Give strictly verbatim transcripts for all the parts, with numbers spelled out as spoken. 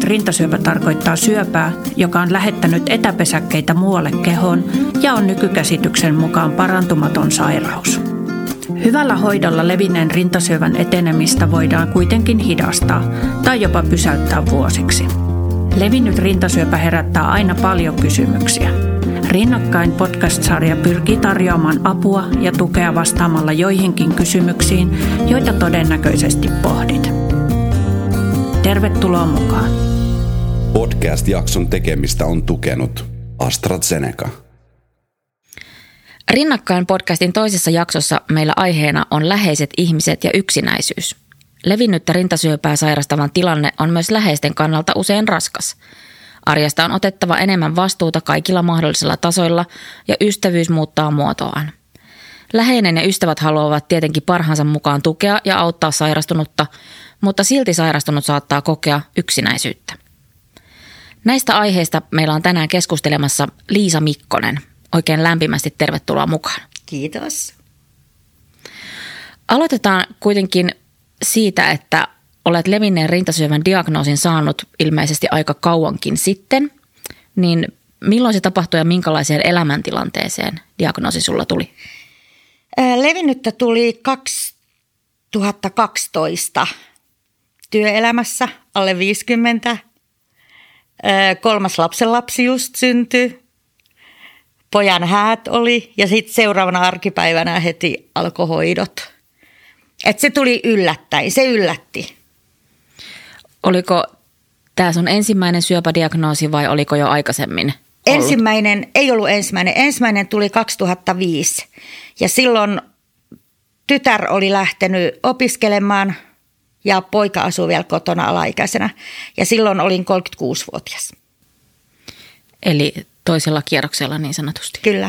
rintasyöpä tarkoittaa syöpää, joka on lähettänyt etäpesäkkeitä muualle kehoon ja on nykykäsityksen mukaan parantumaton sairaus. Hyvällä hoidolla levinneen rintasyövän etenemistä voidaan kuitenkin hidastaa tai jopa pysäyttää vuosiksi. Levinnyt rintasyöpä herättää aina paljon kysymyksiä. Rinnakkain podcast-sarja pyrkii tarjoamaan apua ja tukea vastaamalla joihinkin kysymyksiin, joita todennäköisesti pohdit. Tervetuloa mukaan. Podcast-jakson tekemistä on tukenut AstraZeneca. Rinnakkain podcastin toisessa jaksossa meillä aiheena on läheiset ihmiset ja yksinäisyys. Levinnyttä rintasyöpää sairastavan tilanne on myös läheisten kannalta usein raskas. Arjesta on otettava enemmän vastuuta kaikilla mahdollisilla tasoilla ja ystävyys muuttaa muotoaan. Läheinen ja ystävät haluavat tietenkin parhaansa mukaan tukea ja auttaa sairastunutta, mutta silti sairastunut saattaa kokea yksinäisyyttä. Näistä aiheista meillä on tänään keskustelemassa Liisa Mikkonen. Oikein lämpimästi tervetuloa mukaan. Kiitos. Aloitetaan kuitenkin siitä, että olet levinneen rintasyövän diagnoosin saanut ilmeisesti aika kauankin sitten. Niin milloin se tapahtui ja minkälaiseen elämäntilanteeseen diagnoosi sulla tuli? Levinnyttä tuli kaksituhattakaksitoista työelämässä, alle viisikymmentä. Kolmas lapsenlapsi just syntyi. Pojan häät oli ja sitten seuraavana arkipäivänä heti alkoi hoidot. Et se tuli yllättäen, se yllätti. Oliko tämä sun ensimmäinen syöpädiagnoosi vai oliko jo aikaisemmin ollut? Ensimmäinen, ei ollut ensimmäinen. Ensimmäinen tuli kaksituhattaviisi ja silloin tytär oli lähtenyt opiskelemaan ja poika asui vielä kotona alaikäisenä. Ja silloin olin kolmekymmentäkuusivuotias. Eli toisella kierroksella niin sanotusti. Kyllä.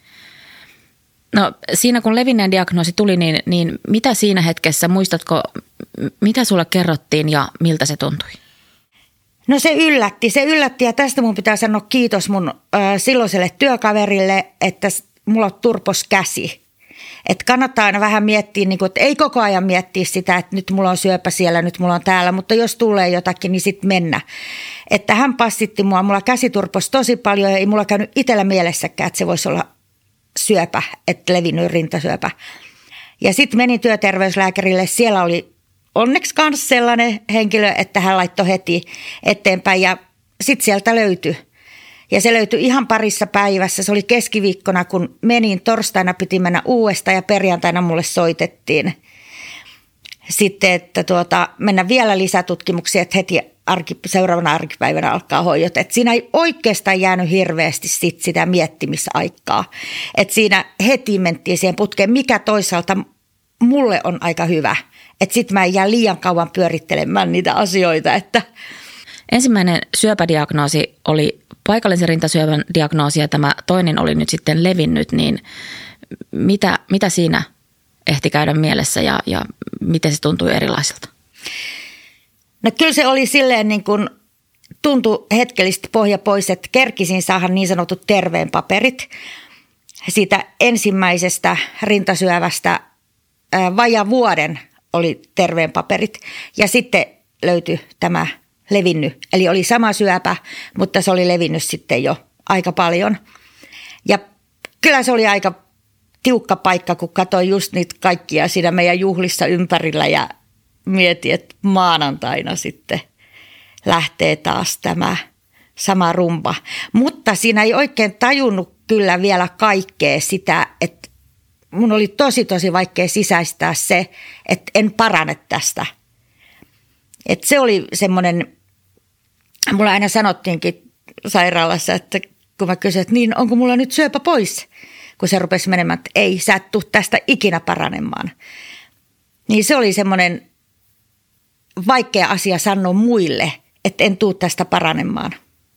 No siinä kun levinneen diagnoosi tuli, niin, niin mitä siinä hetkessä, muistatko, mitä sulle kerrottiin ja miltä se tuntui? No se yllätti, se yllätti ja tästä mun pitää sanoa kiitos mun äh, silloiselle työkaverille, että mulla turpos käsi. Että kannattaa aina vähän miettiä, niin kun, että ei koko ajan miettiä sitä, että nyt mulla on syöpä siellä, nyt mulla on täällä, mutta jos tulee jotakin, niin sitten mennä. Että hän passitti mua, mulla käsi turposi tosi paljon ja ei mulla käynyt itsellä mielessäkään, että se voisi olla syöpä, että levinnyt rintasyöpä. Ja sitten menin työterveyslääkärille, siellä oli onneksi myös sellainen henkilö, että hän laittoi heti eteenpäin ja sitten sieltä löytyi. Ja se löytyi ihan parissa päivässä. Se oli keskiviikkona, kun menin. Torstaina piti mennä uudestaan ja perjantaina mulle soitettiin. Sitten, että tuota, mennä vielä lisätutkimuksia, että heti arki, seuraavana arkipäivänä alkaa hoidot. Et siinä ei oikeastaan jäänyt hirveästi sit sitä miettimisaikaa. Et siinä heti mentiin siihen putkeen, mikä toisaalta mulle on aika hyvä. Että sitten mä en jää liian kauan pyörittelemään niitä asioita, että... Ensimmäinen syöpädiagnoosi oli paikallisen rintasyövän diagnoosi ja tämä toinen oli nyt sitten levinnyt, niin mitä, mitä siinä ehti käydä mielessä ja, ja miten se tuntui erilaiselta? No kyllä se oli silleen niin kuin tuntui hetkellisesti pohja pois, että kerkisin saada niin sanotut terveen paperit siitä ensimmäisestä rintasyövästä. Vajaa vuoden oli terveen paperit ja sitten löytyi tämä levinnyt. Eli oli sama syöpä, mutta se oli levinnyt sitten jo aika paljon. Ja kyllä se oli aika tiukka paikka, kun katsoin just niitä kaikkia siinä meidän juhlissa ympärillä ja mietin, että maanantaina sitten lähtee taas tämä sama rumba. Mutta siinä ei oikein tajunnut kyllä vielä kaikkea sitä, että mun oli tosi tosi vaikea sisäistää se, että en parane tästä. Että se oli semmoinen, mulla aina sanottiinkin sairaalassa, että kun mä kysyin, että niin onko mulla nyt syöpä pois, kun se rupesi menemään, että ei, sä et tuu tästä ikinä paranemaan. Niin se oli semmoinen vaikea asia sanoa muille, että en tuu tästä paranemaan.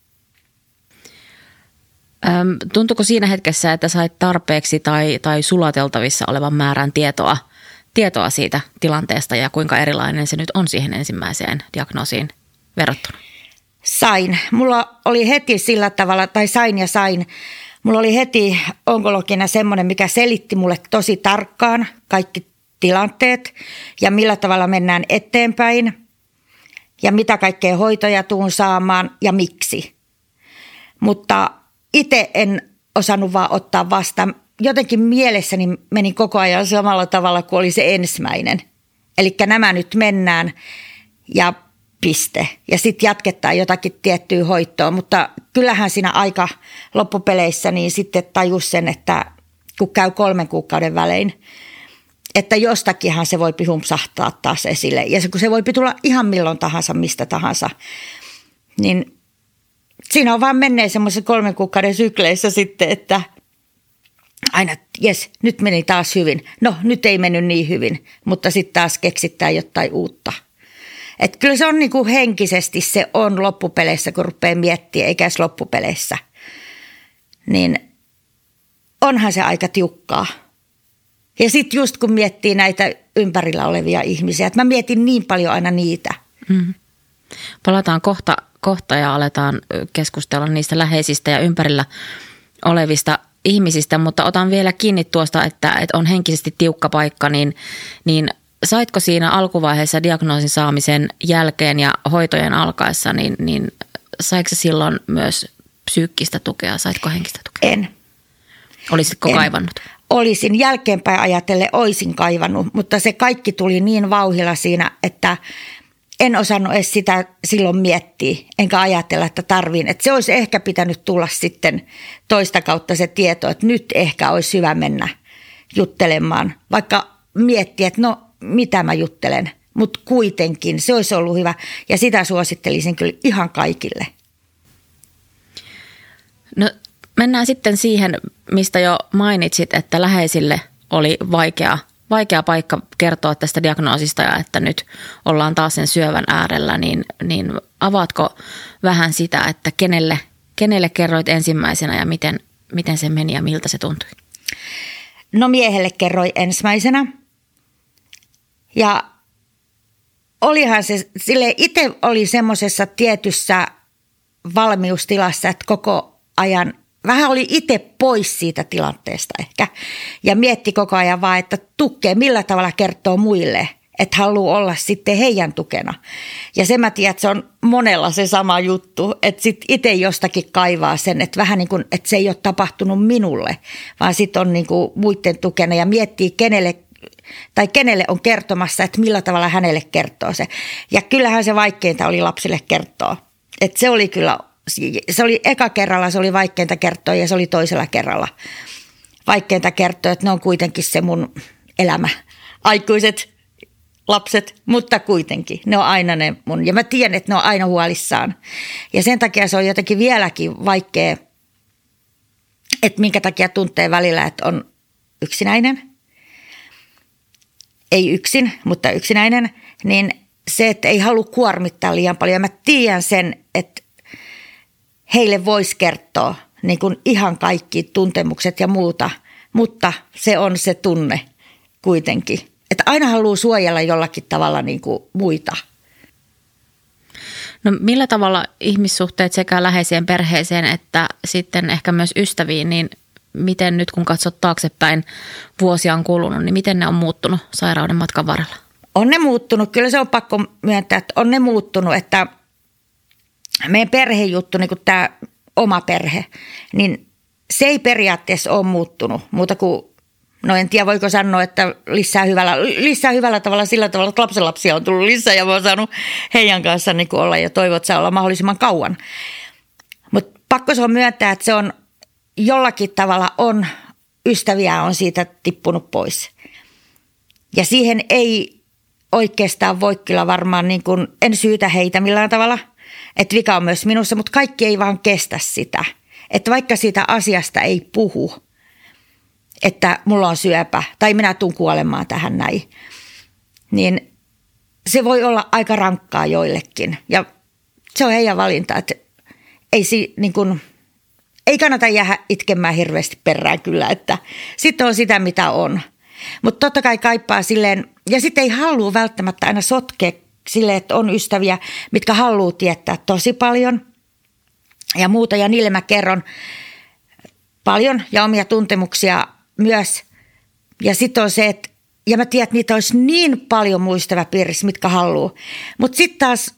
Öm, tuntuuko siinä hetkessä, että sait tarpeeksi tai, tai sulateltavissa olevan määrän tietoa, tietoa siitä tilanteesta ja kuinka erilainen se nyt on siihen ensimmäiseen diagnoosiin verrattuna? Sain. Mulla oli heti sillä tavalla, tai sain ja sain. Mulla oli heti onkologina semmoinen, mikä selitti mulle tosi tarkkaan kaikki tilanteet ja millä tavalla mennään eteenpäin. ja mitä kaikkea hoitoja tuun saamaan ja miksi. Mutta itse en osannut vaan ottaa vastaan. Jotenkin mielessäni meni koko ajan samalla tavalla kuin oli se ensimmäinen. Eli nämä nyt mennään ja piste. Ja sitten jatketaan jotakin tiettyä hoitoa, mutta kyllähän siinä aika loppupeleissä niin sitten tajus sen, että kun käy kolmen kuukauden välein, että jostakinhan se voi humpsahtaa taas esille. Ja se, kun se voi tulla ihan milloin tahansa, mistä tahansa, niin siinä on vaan menneet semmoisen kolmen kuukauden sykleissä sitten, että aina, jes, nyt meni taas hyvin. No, nyt ei mennyt niin hyvin, mutta sitten taas keksittää jotain uutta. Että kyllä se on niin kuin henkisesti se on loppupeleissä, kun rupeaa miettimään, eikä edes loppupeleissä. Niin onhan se aika tiukkaa. Ja sitten just kun miettii näitä ympärillä olevia ihmisiä, että mä mietin niin paljon aina niitä. Mm. Palataan kohta, kohta ja aletaan keskustella niistä läheisistä ja ympärillä olevista ihmisistä, mutta otan vielä kiinni tuosta, että, että on henkisesti tiukka paikka, niin, niin saitko siinä alkuvaiheessa diagnoosin saamisen jälkeen ja hoitojen alkaessa, niin, niin saiko silloin myös psyykkistä tukea, saitko henkistä tukea? En. Olisitko en. kaivannut? Olisin jälkeenpäin ajatellen, oisin kaivannut, mutta se kaikki tuli niin vauhdilla siinä, että en osannut edes sitä silloin miettiä, enkä ajatella, että tarviin. Että se olisi ehkä pitänyt tulla sitten toista kautta se tieto, että nyt ehkä olisi hyvä mennä juttelemaan. Vaikka miettiä, että no mitä mä juttelen, mutta kuitenkin se olisi ollut hyvä ja sitä suosittelisin kyllä ihan kaikille. No mennään sitten siihen, mistä jo mainitsit, että läheisille oli vaikea, vaikea paikka kertoa tästä diagnoosista ja että nyt ollaan taas sen syövän äärellä, niin, niin avaatko vähän sitä, että kenelle, kenelle kerroit ensimmäisenä ja miten, miten se meni ja miltä se tuntui? No miehelle kerroin ensimmäisenä ja olihan se, silleen itse oli semmoisessa tietyssä valmiustilassa, että koko ajan vähän oli itse pois siitä tilanteesta ehkä ja mietti koko ajan vaan, että tukee, millä tavalla kertoo muille, että haluaa olla sitten heidän tukena. Ja sen mä tiedän, että se on monella se sama juttu, että sitten itse jostakin kaivaa sen, että vähän niin kuin, että se ei ole tapahtunut minulle, vaan sitten on niin kuin muiden tukena ja miettii kenelle, tai kenelle on kertomassa, että millä tavalla hänelle kertoo se. Ja kyllähän se vaikeinta oli lapsille kertoa, että se oli kyllä. Se oli eka kerralla, se oli vaikeinta kertoa ja se oli toisella kerralla vaikeinta kertoa, että ne on kuitenkin se mun elämä. Aikuiset lapset, mutta kuitenkin ne on aina ne mun. Ja mä tiedän, että ne on aina huolissaan. Ja sen takia se on jotenkin vieläkin vaikea, että minkä takia tuntee välillä, että on yksinäinen. Ei yksin, mutta yksinäinen. Niin se, että ei halua kuormittaa liian paljon. Ja mä tiedän sen, että heille voisi kertoa niin kuin ihan kaikki tuntemukset ja muuta, mutta se on se tunne kuitenkin. Että aina haluaa suojella jollakin tavalla niin kuin muita. No millä tavalla ihmissuhteet sekä läheiseen perheeseen että sitten ehkä myös ystäviin, niin miten nyt kun katsot taaksepäin, vuosia on kulunut, niin miten ne on muuttunut sairauden matkan varrella? On ne muuttunut, kyllä se on pakko myöntää, että on ne muuttunut, että meidän perhejuttu, niin kuin tämä oma perhe, niin se ei periaatteessa ole muuttunut muuta kuin, no en tiedä voiko sanoa, että lisää hyvällä, lisää hyvällä tavalla sillä tavalla, että lapsenlapsia on tullut lisää ja mä oon saanut heidän kanssa niin kuin olla ja toivon, että saa olla mahdollisimman kauan. Mutta pakko se on myöntää, että se on jollakin tavalla on, ystäviä on siitä tippunut pois. Ja siihen ei oikeastaan voi kyllä varmaan, niin kuin, en syytä heitä millään tavalla, että vika on myös minussa, mutta kaikki ei vaan kestä sitä. Että vaikka siitä asiasta ei puhu, että mulla on syöpä tai minä tuun kuolemaan tähän näin, niin se voi olla aika rankkaa joillekin. Ja se on heidän valinta, että ei, si, niin kuin, ei kannata jäädä itkemään hirveästi perään kyllä, että sitten on sitä mitä on. Mutta totta kai kaipaa silleen, ja sitten ei halua välttämättä aina sotkea silleen, että on ystäviä, mitkä haluaa tietää tosi paljon ja muuta. Ja niille mä kerron paljon ja omia tuntemuksia myös. Ja sitten on se, että ja mä tiedän, että niitä olisi niin paljon muistava piirissä, mitkä haluaa. Mutta sitten taas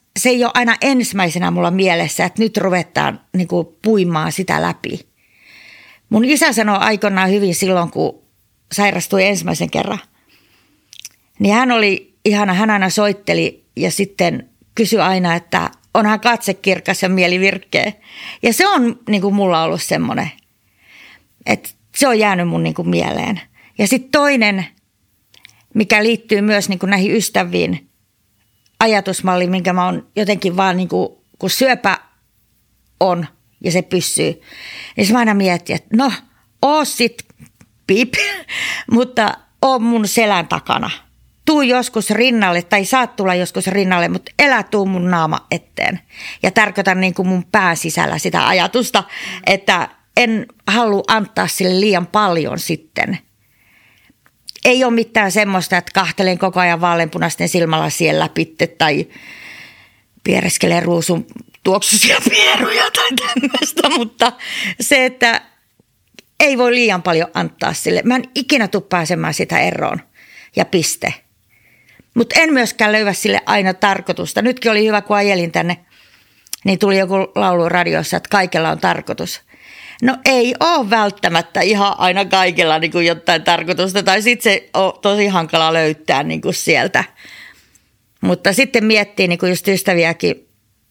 se ei ole aina ensimmäisenä mulla mielessä, että nyt ruvetaan niin kuin puimaan sitä läpi. Mun isä sanoi aikoinaan hyvin silloin, kun sairastui ensimmäisen kerran. Niin hän oli ihana, hän aina soitteli ja sitten kysyi aina, että onhan katse kirkas ja mieli virkeä. Ja se on niin kuin mulla ollut semmoinen, että se on jäänyt mun niin kuin mieleen. Ja sitten toinen, mikä liittyy myös niin kuin näihin ystäviin, ajatusmalliin, minkä mä oon jotenkin vaan niin kuin, kun syöpä on ja se pysyy, niin se mä aina mietin, että no, oo sit pip, mutta oo mun selän takana. Tuu joskus rinnalle tai saat tulla joskus rinnalle, mutta elä tuu mun naama eteen. Ja tarkoitan niin kuin mun pään sisällä sitä ajatusta, että en halua antaa sille liian paljon sitten. Ei ole mitään semmoista, että kahtelen koko ajan vaaleanpunaisten silmälasien läpi tai piereskelee ruusun tuoksuisia pieruja tai tämmöistä, mutta se, että ei voi liian paljon antaa sille. Mä en ikinä tule pääsemään sitä eroon ja piste. Mutta en myöskään löyvä sille aina tarkoitusta. Nytkin oli hyvä, kun ajelin tänne, niin tuli joku laulu radiossa, että kaikella on tarkoitus. No ei ole välttämättä ihan aina kaikella niin kuin jotain tarkoitusta, tai sitten se on tosi hankala löytää niin kuin sieltä. Mutta sitten miettii niin kuin just ystäviäkin,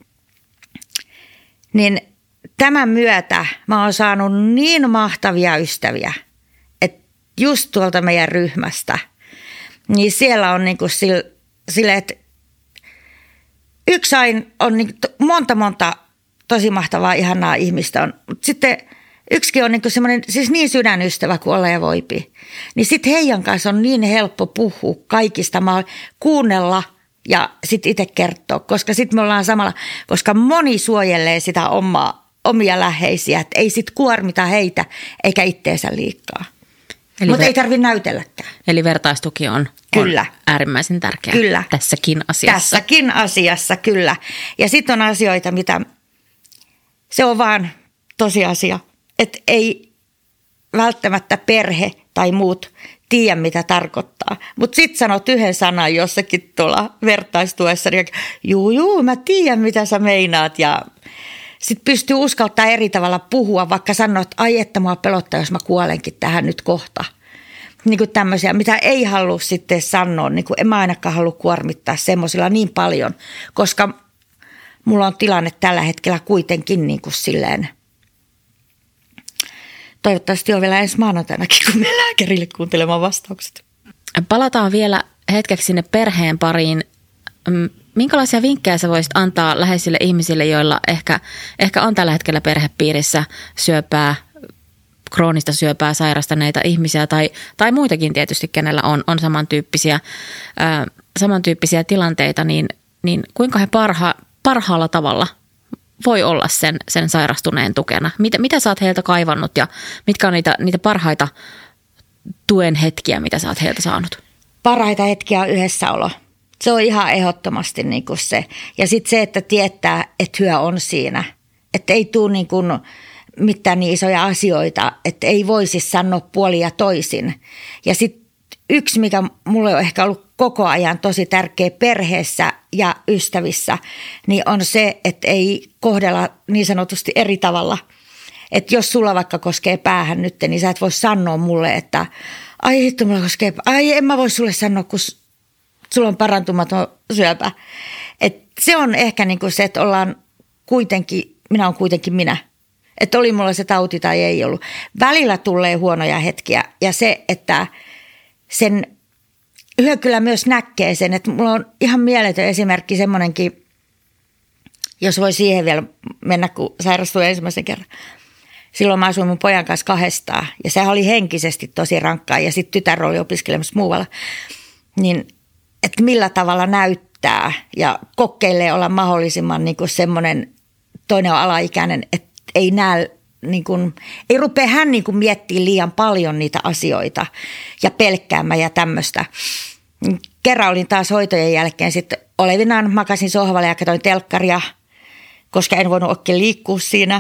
niin tämän myötä mä oon saanut niin mahtavia ystäviä, että just tuolta meidän ryhmästä, niin siellä on niin kuin sille, että yksi aina on niin monta monta tosi mahtavaa, ihanaa ihmistä on, mutta sitten yksikin on niin kuin semmoinen, siis niin sydänystävä kuin olla ja voipi. Niin sitten heidän kanssa on niin helppo puhua kaikista, mä kuunnella ja sitten itse kertoa, koska sitten me ollaan samalla, koska moni suojelee sitä omaa, omia läheisiä, että ei sitten kuormita heitä eikä itteensä liikaa. Mutta ver- ei tarvitse näytelläkään. Eli vertaistuki on, kyllä. on äärimmäisen tärkeä kyllä. tässäkin asiassa. Tässäkin asiassa, kyllä. Ja sitten on asioita, mitä se on vaan tosiasia, että ei välttämättä perhe tai muut tiedä, mitä tarkoittaa. Mutta sitten sanot yhden sanan jossakin tuolla vertaistuessa, niin juu, juu, mä tiedän, mitä sä meinaat. Ja sitten pystyy uskaltaa eri tavalla puhua, vaikka sanoo, että ai, että mua pelottaa, jos mä kuolenkin tähän nyt kohta. Niin kuin tämmöisiä, mitä ei halua sitten sanoa, niin kuin en mä ainakaan halua kuormittaa semmoisilla niin paljon, koska mulla on tilanne tällä hetkellä kuitenkin niin kuin silleen, toivottavasti on vielä ensi maanantainakin, kun menen lääkärille kuuntelemaan vastaukset. Palataan vielä hetkeksi sinne perheen pariin. Minkälaisia vinkkejä sä voisit antaa läheisille ihmisille, joilla ehkä, ehkä on tällä hetkellä perhepiirissä syöpää, kroonista syöpää sairastaneita ihmisiä tai, tai muitakin tietysti, kenellä on, on samantyyppisiä, ää, samantyyppisiä tilanteita, niin, niin kuinka he parha, parhaalla tavalla voi olla sen, sen sairastuneen tukena? Mitä, mitä sä oot heiltä kaivannut ja mitkä on niitä, niitä parhaita tuen hetkiä, mitä sä oot heiltä saanut? Parhaita hetkiä on yhdessäolo. Se on ihan ehdottomasti niin kuin se. Ja sitten se, että tietää, että hyö on siinä. Että ei tule niin kuin mitään niin isoja asioita, että ei voisi sanoa puolin ja toisin. Ja sitten yksi, mikä mulle on ehkä ollut koko ajan tosi tärkeä perheessä ja ystävissä, niin on se, että ei kohdella niin sanotusti eri tavalla. Että jos sulla vaikka koskee päähän nyt, niin sä et voi sanoa mulle, että ai hitto, mulla koskee päähän. Ai en mä voi sulle sanoa, kun sulla on parantumaton syöpä. Et se on ehkä niinku se, että ollaan kuitenkin, minä olen kuitenkin minä. Että oli mulla se tauti tai ei ollut. Välillä tulee huonoja hetkiä ja se, että sen yhä kyllä myös näkee sen, että mulla on ihan mieletön esimerkki semmoinenkin, jos voi siihen vielä mennä, kun sairastui ensimmäisen kerran. Silloin mä asuin mun pojan kanssa kahdestaan ja sehän oli henkisesti tosi rankkaa ja sitten tytär oli opiskelemassa muualla. Niin, että millä tavalla näyttää ja kokeilee olla mahdollisimman niin kuin semmoinen, toinen on alaikäinen, että ei näe, niin kuin, ei rupea hän niin kuin miettimään liian paljon niitä asioita ja pelkkäämään ja tämmöistä. Kerran olin taas hoitojen jälkeen sitten olevinaan, makasin sohvalle ja katsoin telkkaria, koska en voinut oikein liikkua siinä.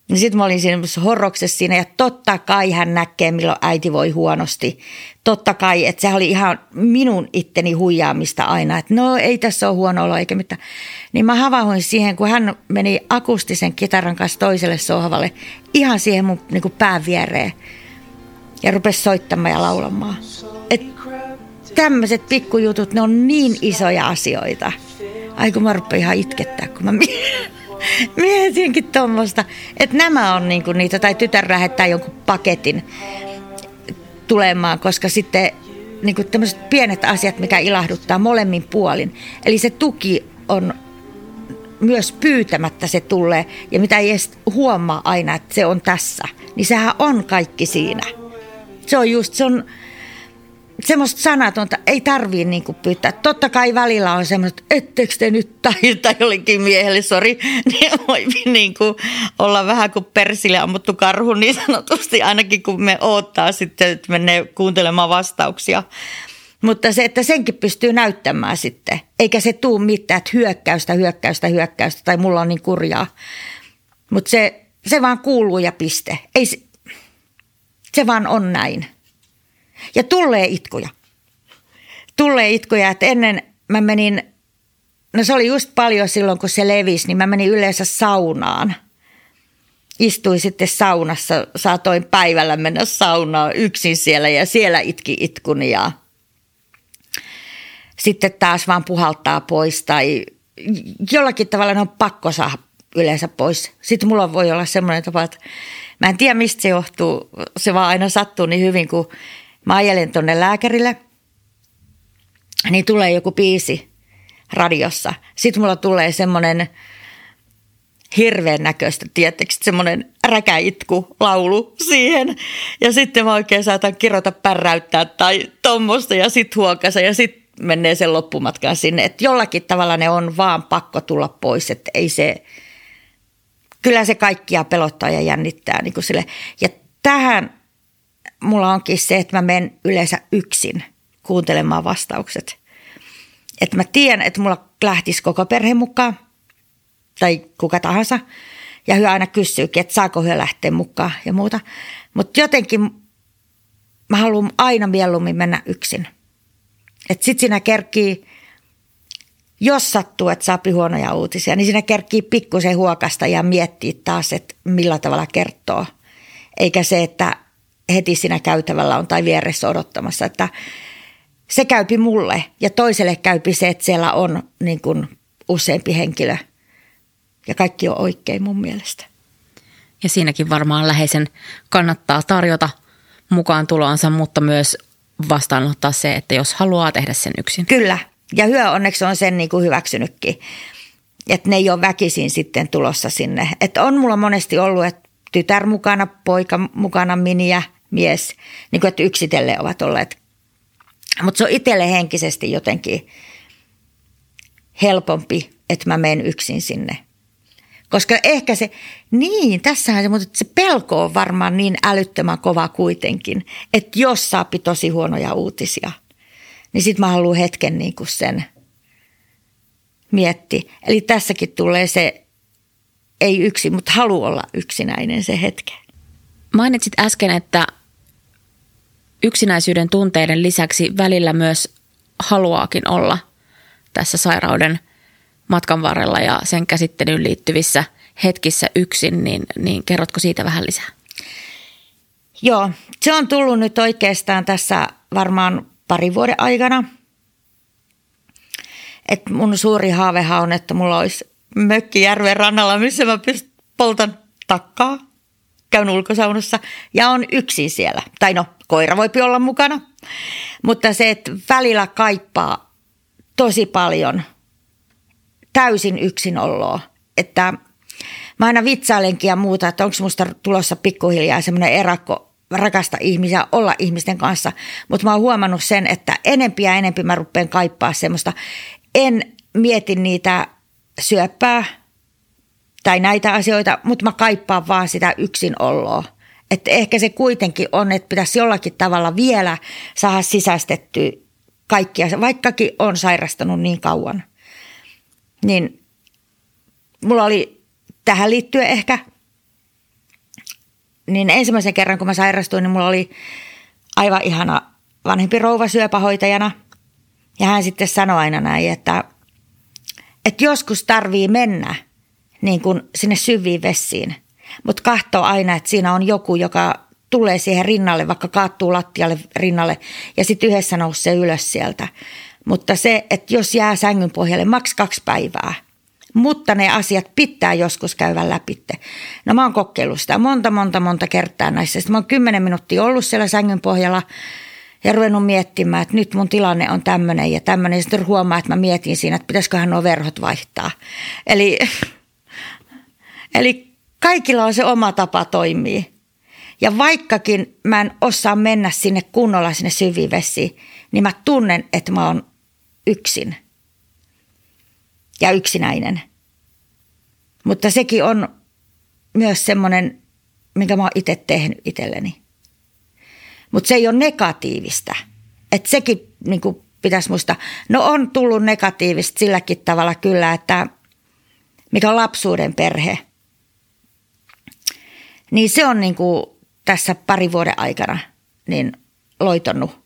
Niin sitten mä olin siinä horroksessa siinä ja totta kai hän näkee, milloin äiti voi huonosti. Totta kai, että se oli ihan minun itteni huijaamista aina, että no ei tässä ole huono olo eikä mitään. Niin mä havahuin siihen, kun hän meni akustisen kitaran kanssa toiselle sohvalle, ihan siihen mun niin kuin pään viereen ja rupesi soittamaan ja laulamaan. Että tämmöiset pikkujutut, ne on niin isoja asioita. Ai kun mä rupean ihan itkettää, kun mä mietinkin tuommoista, että nämä on niinku niitä, tai tytär lähettää jonkun paketin tulemaan, koska sitten niinku tämmöiset pienet asiat, mikä ilahduttaa molemmin puolin. Eli se tuki on myös pyytämättä se tulee, ja mitä ei edes huomaa aina, että se on tässä, niin sehän on kaikki siinä. Se on just, se on semmoista sanatonta, ei tarvii niinku pyytää. Totta kai välillä on semmoista, etteikö te nyt tai, tai jollekin miehelle, sori, niin voi niinku olla vähän kuin persille ammuttu karhu niin sanotusti, ainakin kun me odottaa sitten, että menee kuuntelemaan vastauksia. Mutta se, että senkin pystyy näyttämään sitten, eikä se tuu mitään, että hyökkäystä, hyökkäystä, hyökkäystä tai mulla on niin kurjaa. Mutta se, se vaan kuuluu ja piste. Ei se, se vaan on näin. Ja tulee itkuja. Tulee itkuja, että ennen mä menin, no se oli just paljon silloin kun se levisi, niin mä menin yleensä saunaan. Istuin sitten saunassa, saatoin päivällä mennä saunaan yksin siellä ja siellä itki itkuni ja sitten taas vaan puhaltaa pois tai jollakin tavalla ne on pakko saada yleensä pois. Sitten mulla voi olla semmoinen tapa, että mä en tiedä mistä se johtuu, se vaan aina sattuu niin hyvin, kun mä ajelen tonne lääkärille, niin tulee joku biisi radiossa. Sitten mulla tulee semmoinen hirveän näköistä, tiettekö, semmoinen räkäitku laulu siihen. Ja sitten mä oikein saatan kirjoita pärräyttää tai tommoista ja sit huokasa ja sit menee sen loppumatkaan sinne. Että jollakin tavalla ne on vaan pakko tulla pois, että ei se, kyllä se kaikkia pelottaa ja jännittää niin kuin sille. Ja tähän mulla onkin se, että mä menen yleensä yksin kuuntelemaan vastaukset. Että mä tiedän, että mulla lähtisi koko perhe mukaan tai kuka tahansa. Ja hyö aina kysyykin, että saako hyö lähteä mukaan ja muuta. Mutta jotenkin mä haluan aina mieluummin mennä yksin. Että sit siinä kerkii, jos sattuu, että saapi huonoja uutisia, niin siinä kerkii pikkusen huokasta ja miettiä taas, että millä tavalla kertoo. Eikä se, että heti siinä käytävällä on tai vieressä odottamassa, että se käypi mulle ja toiselle käypi se, että siellä on niin kuin useampi henkilö ja kaikki on oikein mun mielestä. Ja siinäkin varmaan läheisen kannattaa tarjota mukaan tuloansa, mutta myös vastaanottaa se, että jos haluaa tehdä sen yksin. Kyllä, ja hyö onneksi on sen niin kuin hyväksynytkin, että ne ei ole väkisin sitten tulossa sinne. Että on mulla monesti ollut, että tytär mukana, poika mukana, mini ja mies, niin kuin että yksitellen ovat olleet. Mutta se on itselle henkisesti jotenkin helpompi, että mä menen yksin sinne. Koska ehkä se, niin tässähän se, mutta se pelko on varmaan niin älyttömän kova kuitenkin, että jos saapi tosi huonoja uutisia, niin sit mä haluan hetken niin kuin sen miettiä. Eli tässäkin tulee se, ei yksin, mutta haluaa olla yksinäinen se hetken. Mainitsit äsken, että yksinäisyyden tunteiden lisäksi välillä myös haluaakin olla tässä sairauden matkan varrella ja sen käsittelyyn liittyvissä hetkissä yksin, niin, niin kerrotko siitä vähän lisää? Joo, se on tullut nyt oikeastaan tässä varmaan parin vuoden aikana. Et mun suuri haavehan on, että mulla olisi mökki järven rannalla, missä mä pyst- poltan takkaa, käyn ulkosaunassa ja on yksin siellä. Tai no, koira voi olla mukana, mutta se, että välillä kaippaa tosi paljon täysin yksinoloa. Että mä aina vitsailenkin ja muuta, että onko musta tulossa pikkuhiljaa semmoinen erakko rakasta ihmisiä, olla ihmisten kanssa. Mutta mä oon huomannut sen, että enempi ja enempi mä rupean kaippaa semmoista. En mieti niitä syöppää tai näitä asioita, mutta mä kaippaan vaan sitä yksinoloa. Että ehkä se kuitenkin on, että pitäisi jollakin tavalla vielä saada sisäistettyä kaikkia, vaikkakin on sairastanut niin kauan. Niin mulla oli tähän liittyen ehkä niin ensimmäisen kerran, kun mä sairastuin, niin mulla oli aivan ihana vanhempi rouva syöpähoitajana. Ja hän sitten sanoi aina näin, että, että joskus tarvii mennä niin kuin sinne syviin vessiin. Mutta katsoo aina, että siinä on joku, joka tulee siihen rinnalle, vaikka kaattuu lattialle rinnalle ja sitten yhdessä nousee ylös sieltä. Mutta se, että jos jää sängyn pohjalle maks kaksi päivää, mutta ne asiat pitää joskus käydä läpi. No mä oon kokeillut sitä monta, monta, monta kertaa näissä. Sitten mä oon kymmenen minuuttia ollut siellä sängyn pohjalla ja ruvennut miettimään, että nyt mun tilanne on tämmöinen ja tämmöinen. Ja sitten huomaa, että mä mietin siinä, että pitäisiköhän nuo verhot vaihtaa. Eli, eli kaikilla on se oma tapa toimia. Ja vaikkakin mä en osaa mennä sinne kunnolla sinne syviin vessiin, niin mä tunnen, että mä oon yksin ja yksinäinen. Mutta sekin on myös semmoinen, minkä mä oon itse tehnyt itselleni. Mutta se ei ole negatiivista. Että sekin niin kuin pitäisi muistaa. No on tullut negatiivista silläkin tavalla kyllä, että mikä on lapsuuden perhe. Niin se on niin kuin tässä pari vuoden aikana niin loitonnut.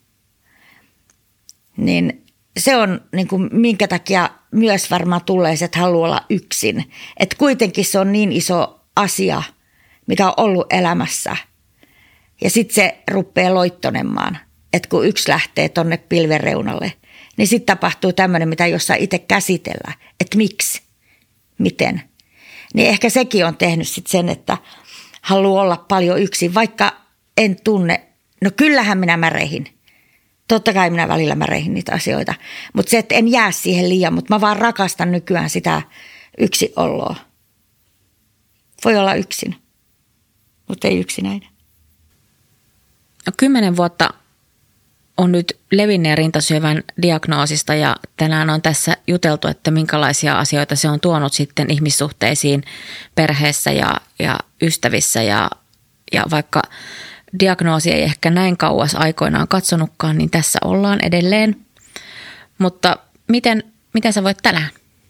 Niin se on niin kuin minkä takia myös varmaan tulee se, että haluaa olla yksin. Että kuitenkin se on niin iso asia, mikä on ollut elämässä. Ja sitten se rupeaa loittonemaan, että kun yksi lähtee tonne pilven reunalle, niin sitten tapahtuu tämmöinen, mitä ei osaa itse käsitellä. Että miksi, miten. Niin ehkä sekin on tehnyt sitten sen, että haluaa olla paljon yksin, vaikka en tunne. No kyllähän minä märehin. Totta kai minä välillä märeihin niitä asioita. Mutta se, että en jää siihen liian, mutta mä vaan rakastan nykyään sitä yksinoloa. Voi olla yksin, mutta ei yksinäinen. No, kymmenen vuotta on nyt levinneen rintasyövän diagnoosista ja tänään on tässä juteltu, että minkälaisia asioita se on tuonut sitten ihmissuhteisiin perheessä ja, ja ystävissä ja, ja vaikka diagnoosi ei ehkä näin kauas aikoinaan katsonutkaan, niin tässä ollaan edelleen. Mutta miten, miten sä voit tänään?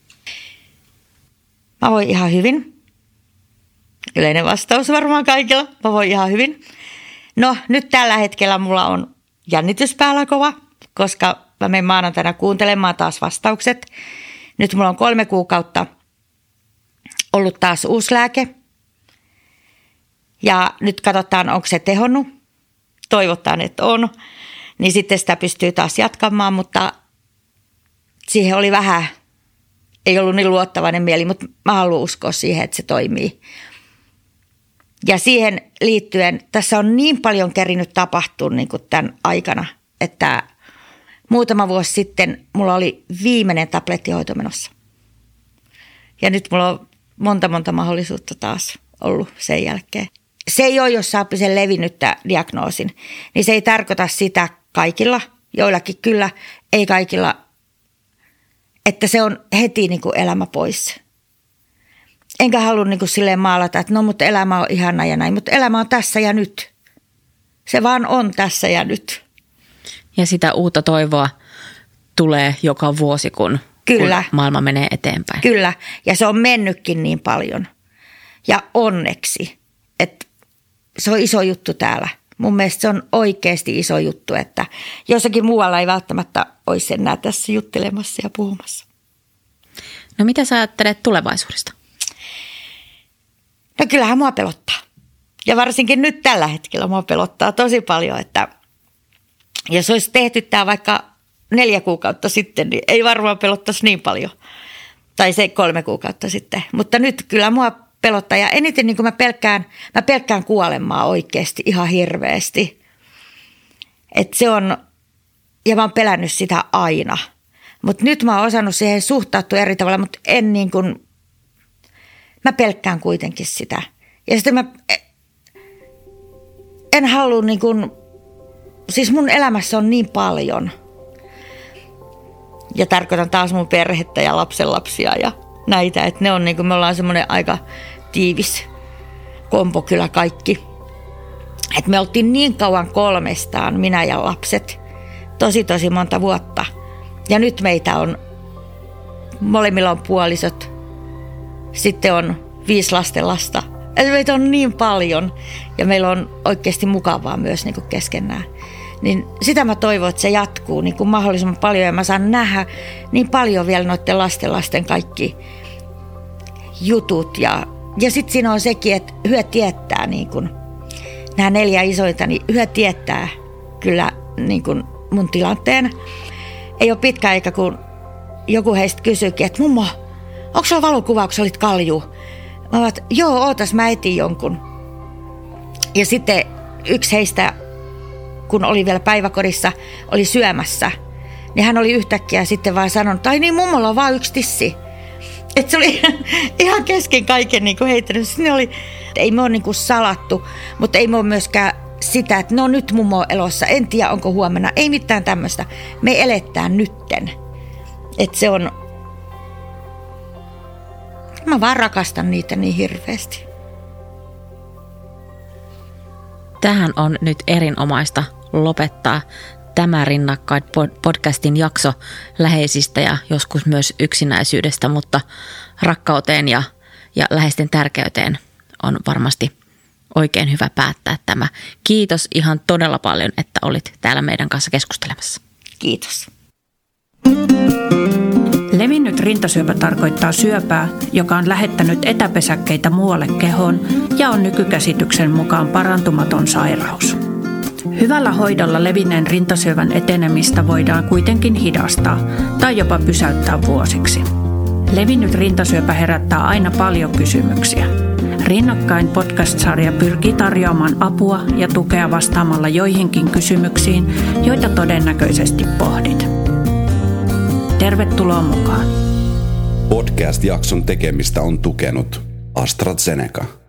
Mä voin ihan hyvin. Yleinen vastaus varmaan kaikilla. Mä voin ihan hyvin. No nyt tällä hetkellä mulla on jännitys päällä kova, koska mä menen maanantaina kuuntelemaan taas vastaukset. Nyt mulla on kolme kuukautta ollut taas uusi lääke. Ja nyt katsotaan, onko se tehonnut. Toivotaan, että on. Niin sitten sitä pystyy taas jatkamaan, mutta siihen oli vähän, ei ollut niin luottavainen mieli, mutta mä haluan uskoa siihen, että se toimii. Ja siihen liittyen, tässä on niin paljon kerinyt tapahtua niin kuin tämän aikana, että muutama vuosi sitten mulla oli viimeinen tablettihoito menossa. Ja nyt mulla on monta monta mahdollisuutta taas ollut sen jälkeen. Se ei ole, jos saa sen levinnyttä diagnoosin, niin se ei tarkoita sitä kaikilla, joillakin kyllä, ei kaikilla, että se on heti niin kuin elämä pois. Enkä halua niin kuin silleen maalata, että no mutta elämä on ihana ja näin, mutta elämä on tässä ja nyt. Se vaan on tässä ja nyt. Ja sitä uutta toivoa tulee joka vuosi, kun, Kyllä. kun maailma menee eteenpäin. Kyllä, ja se on mennytkin niin paljon. Ja onneksi, että se on iso juttu täällä. Mun mielestä se on oikeasti iso juttu, että jossakin muualla ei välttämättä olisi enää tässä juttelemassa ja puhumassa. No mitä sä ajattelet tulevaisuudesta? No kyllähän mua pelottaa. Ja varsinkin nyt tällä hetkellä mua pelottaa tosi paljon, että jos olisi tehty tämä vaikka neljä kuukautta sitten, niin ei varmaan pelottaisi niin paljon. Tai se kolme kuukautta sitten. Mutta nyt kyllä mua pelottaa ja eniten niin kuin mä pelkään, mä pelkään kuolemaa oikeasti ihan hirveästi. Että se on, ja mä oon pelännyt sitä aina. Mutta nyt mä oon osannut siihen suhtautua eri tavalla, mutta en niin kuin, mä pelkkään kuitenkin sitä. Ja sitten mä en halua niin kuin, siis mun elämässä on niin paljon. Ja tarkoitan taas mun perhettä ja lapsenlapsia ja näitä, että ne on niin kuin, me ollaan semmoinen aika tiivis kompo kyllä kaikki. Että me oltiin niin kauan kolmestaan, minä ja lapset, tosi tosi monta vuotta. Ja nyt meitä on, molemmilla on puolisot, sitten on viisi lastenlasta Meitä on niin paljon ja meillä on oikeasti mukavaa myös niin kuin keskenään. Niin sitä mä toivon, että se jatkuu niin kuin mahdollisimman paljon ja mä saan nähdä niin paljon vielä noiden lasten lasten kaikki jutut. Ja, ja sitten siinä on sekin, että hyö tietää, niin kuin, nämä neljä isointa, niin hyö tietää kyllä niin kuin mun tilanteen. Ei ole pitkä aika, kun joku heistä kysyykin, että mummo, onko sulla valokuva, kun sä olit kalju? Mä oon, että joo, ootas, mä etin jonkun. Ja sitten yksi heistä, kun oli vielä päiväkodissa, oli syömässä, niin hän oli yhtäkkiä sitten vaan sanonut, ai niin, mummolla on vaan yksi tissi. Että se oli ihan kesken kaiken niin kuin heittänyt. Sinne oli, ei me ole niin kuin salattu, mutta ei me ole myöskään sitä, että no nyt mummo on elossa, en tiedä onko huomenna, ei mitään tämmöistä. Me eletään nytten. Että se on, mä vaan rakastan niitä niin hirveästi. Tähän on nyt erinomaista lopettaa tämä Rinnakkain podcastin jakso läheisistä ja joskus myös yksinäisyydestä, mutta rakkauteen ja, ja läheisten tärkeyteen on varmasti oikein hyvä päättää tämä. Kiitos ihan todella paljon, että olit täällä meidän kanssa keskustelemassa. Kiitos. Levinnyt rintasyöpä tarkoittaa syöpää, joka on lähettänyt etäpesäkkeitä muualle kehoon ja on nykykäsityksen mukaan parantumaton sairaus. Hyvällä hoidolla levinneen rintasyövän etenemistä voidaan kuitenkin hidastaa tai jopa pysäyttää vuosiksi. Levinnyt rintasyöpä herättää aina paljon kysymyksiä. Rinnakkain podcast-sarja pyrkii tarjoamaan apua ja tukea vastaamalla joihinkin kysymyksiin, joita todennäköisesti pohdit. Tervetuloa mukaan. Podcast-jakson tekemistä on tukenut AstraZeneca.